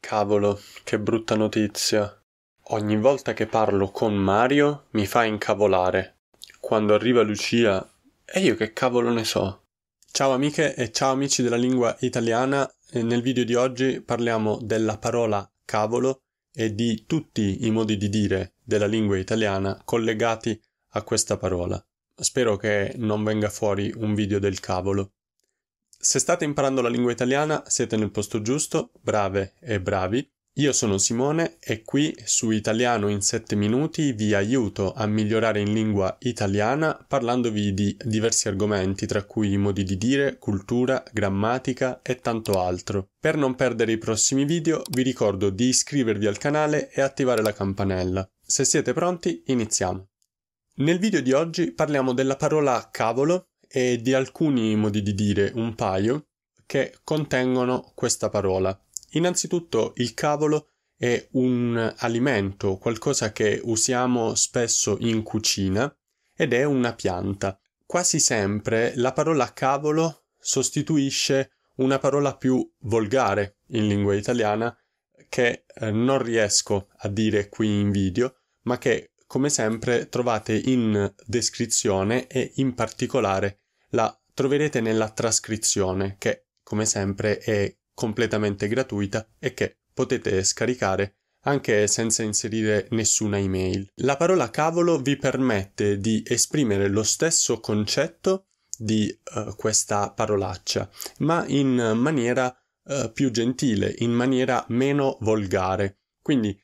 Cavolo, che brutta notizia. Ogni volta che parlo con Mario mi fa incavolare. Quando arriva Lucia, e io che cavolo ne so. Ciao amiche e ciao amici della lingua italiana. Nel video di oggi parliamo della parola cavolo e di tutti i modi di dire della lingua italiana collegati a questa parola. Spero che non venga fuori un video del cavolo. Se state imparando la lingua italiana siete nel posto giusto, brave e bravi. Io sono Simone e qui su Italiano in 7 minuti vi aiuto a migliorare in lingua italiana parlandovi di diversi argomenti tra cui i modi di dire, cultura, grammatica e tanto altro. Per non perdere i prossimi video vi ricordo di iscrivervi al canale e attivare la campanella. Se siete pronti, iniziamo. Nel video di oggi parliamo della parola cavolo e di alcuni modi di dire, un paio, che contengono questa parola. Innanzitutto il cavolo è un alimento, qualcosa che usiamo spesso in cucina ed è una pianta. Quasi sempre la parola cavolo sostituisce una parola più volgare in lingua italiana che non riesco a dire qui in video, ma che come sempre trovate in descrizione e in particolare la troverete nella trascrizione che come sempre è completamente gratuita e che potete scaricare anche senza inserire nessuna email. La parola cavolo vi permette di esprimere lo stesso concetto di questa parolaccia, ma in maniera più gentile, in maniera meno volgare. Quindi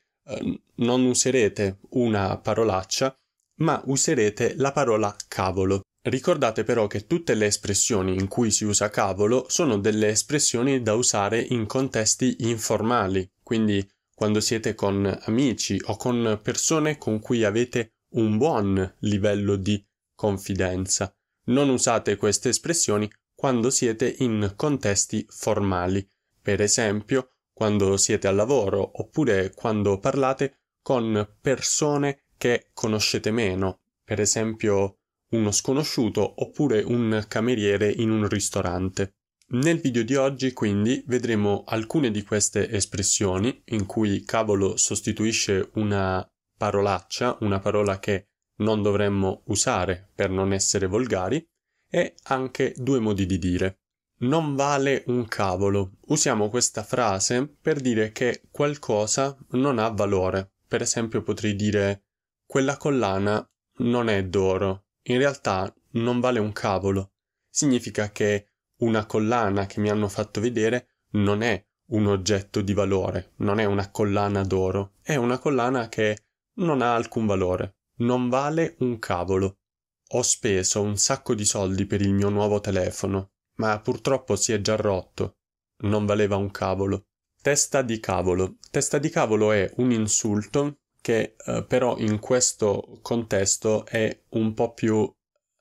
non userete una parolaccia, ma userete la parola cavolo. Ricordate però che tutte le espressioni in cui si usa cavolo sono delle espressioni da usare in contesti informali, quindi quando siete con amici o con persone con cui avete un buon livello di confidenza. Non usate queste espressioni quando siete in contesti formali, per esempio quando siete al lavoro oppure quando parlate con persone che conoscete meno, per esempio uno sconosciuto oppure un cameriere in un ristorante. Nel video di oggi quindi vedremo alcune di queste espressioni in cui cavolo sostituisce una parolaccia, una parola che non dovremmo usare per non essere volgari, e anche due modi di dire. Non vale un cavolo. Usiamo questa frase per dire che qualcosa non ha valore. Per esempio potrei dire quella collana non è d'oro. In realtà non vale un cavolo. Significa che una collana che mi hanno fatto vedere non è un oggetto di valore, non è una collana d'oro, è una collana che non ha alcun valore. Non vale un cavolo. Ho speso un sacco di soldi per il mio nuovo telefono, ma purtroppo si è già rotto. Non valeva un cavolo. Testa di cavolo. Testa di cavolo è un insulto che però in questo contesto è un po' più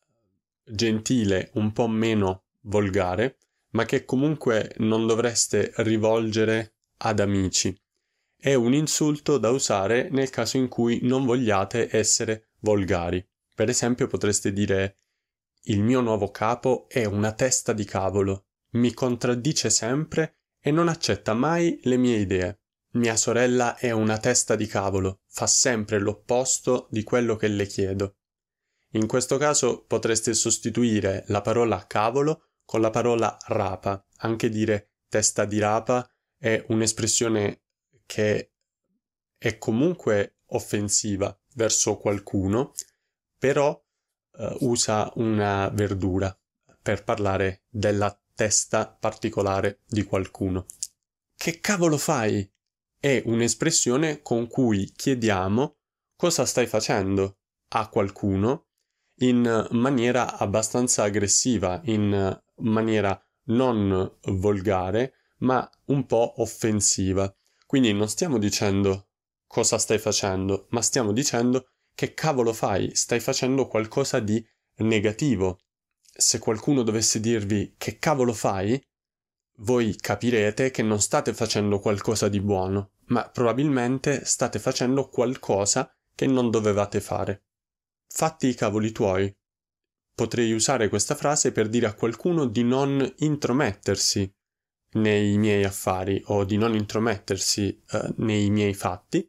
gentile, un po' meno volgare, ma che comunque non dovreste rivolgere ad amici. È un insulto da usare nel caso in cui non vogliate essere volgari. Per esempio potreste dire il mio nuovo capo è una testa di cavolo, mi contraddice sempre e non accetta mai le mie idee. Mia sorella è una testa di cavolo, fa sempre l'opposto di quello che le chiedo. In questo caso potreste sostituire la parola cavolo con la parola rapa. Anche dire testa di rapa è un'espressione che è comunque offensiva verso qualcuno, però usa una verdura per parlare della testa particolare di qualcuno. Che cavolo fai? È un'espressione con cui chiediamo cosa stai facendo a qualcuno in maniera abbastanza aggressiva, in maniera non volgare, ma un po' offensiva. Quindi non stiamo dicendo cosa stai facendo, ma stiamo dicendo che cavolo fai, stai facendo qualcosa di negativo. Se qualcuno dovesse dirvi che cavolo fai, voi capirete che non state facendo qualcosa di buono, ma probabilmente state facendo qualcosa che non dovevate fare. Fatti i cavoli tuoi. Potrei usare questa frase per dire a qualcuno di non intromettersi nei miei affari o di non intromettersi nei miei fatti,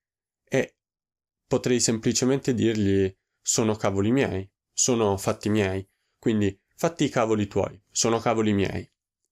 e potrei semplicemente dirgli: sono cavoli miei, sono fatti miei, quindi fatti i cavoli tuoi, sono cavoli miei.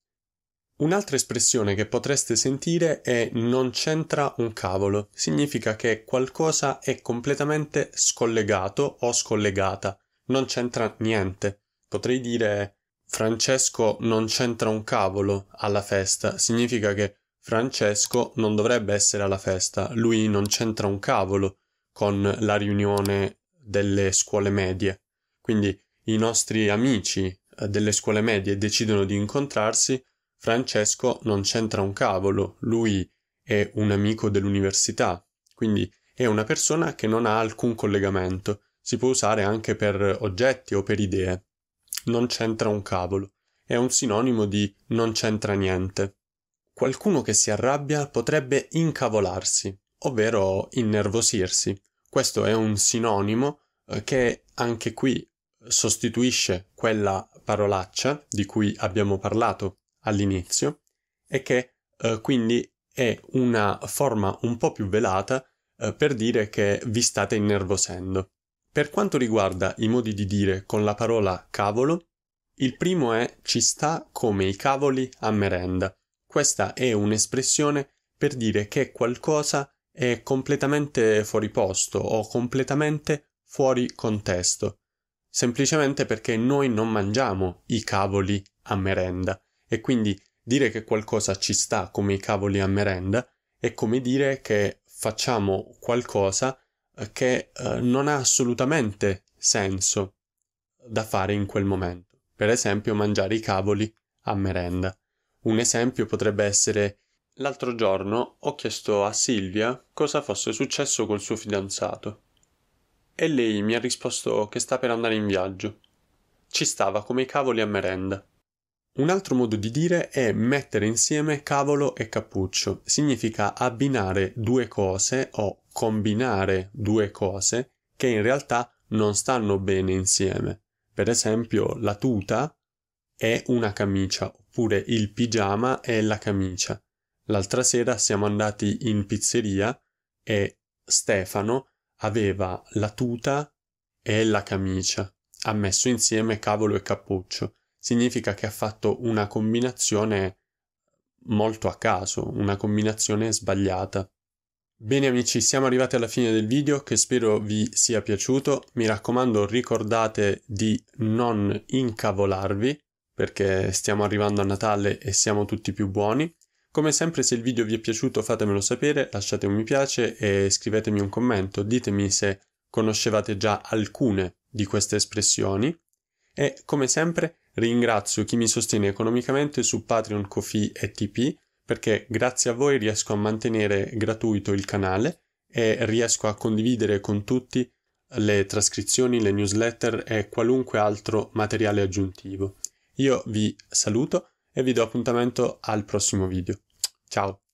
Un'altra espressione che potreste sentire è non c'entra un cavolo. Significa che qualcosa è completamente scollegato o scollegata, non c'entra niente. Potrei dire: Francesco non c'entra un cavolo alla festa. Significa che Francesco non dovrebbe essere alla festa, lui non c'entra un cavolo con la riunione delle scuole medie. Quindi i nostri amici delle scuole medie decidono di incontrarsi. Francesco non c'entra un cavolo, lui è un amico dell'università, quindi è una persona che non ha alcun collegamento. Si può usare anche per oggetti o per idee. Non c'entra un cavolo. È un sinonimo di non c'entra niente. Qualcuno che si arrabbia potrebbe incavolarsi, ovvero innervosirsi. Questo è un sinonimo che anche qui sostituisce quella parolaccia di cui abbiamo parlato all'inizio e che quindi è una forma un po' più velata per dire che vi state innervosendo. Per quanto riguarda i modi di dire con la parola cavolo, il primo è ci sta come i cavoli a merenda. Questa è un'espressione per dire che qualcosa è completamente fuori posto o completamente fuori contesto, semplicemente perché noi non mangiamo i cavoli a merenda. E quindi dire che qualcosa ci sta come i cavoli a merenda è come dire che facciamo qualcosa che non ha assolutamente senso da fare in quel momento. Per esempio, mangiare i cavoli a merenda. Un esempio potrebbe essere: l'altro giorno ho chiesto a Silvia cosa fosse successo col suo fidanzato e lei mi ha risposto che sta per andare in viaggio. Ci stava come i cavoli a merenda. Un altro modo di dire è mettere insieme cavolo e cappuccio. Significa abbinare due cose o combinare due cose che in realtà non stanno bene insieme. Per esempio, la tuta è una camicia, oppure il pigiama è la camicia. L'altra sera siamo andati in pizzeria e Stefano aveva la tuta e la camicia. Ha messo insieme cavolo e cappuccio. Significa che ha fatto una combinazione molto a caso, una combinazione sbagliata. Bene amici, siamo arrivati alla fine del video, che spero vi sia piaciuto. Mi raccomando, ricordate di non incavolarvi, perché stiamo arrivando a Natale e siamo tutti più buoni. Come sempre, se il video vi è piaciuto fatemelo sapere, lasciate un mi piace e scrivetemi un commento, ditemi se conoscevate già alcune di queste espressioni. E come sempre ringrazio chi mi sostiene economicamente su Patreon, Ko-fi e TP, perché grazie a voi riesco a mantenere gratuito il canale e riesco a condividere con tutti le trascrizioni, le newsletter e qualunque altro materiale aggiuntivo. Io vi saluto e vi do appuntamento al prossimo video. Ciao!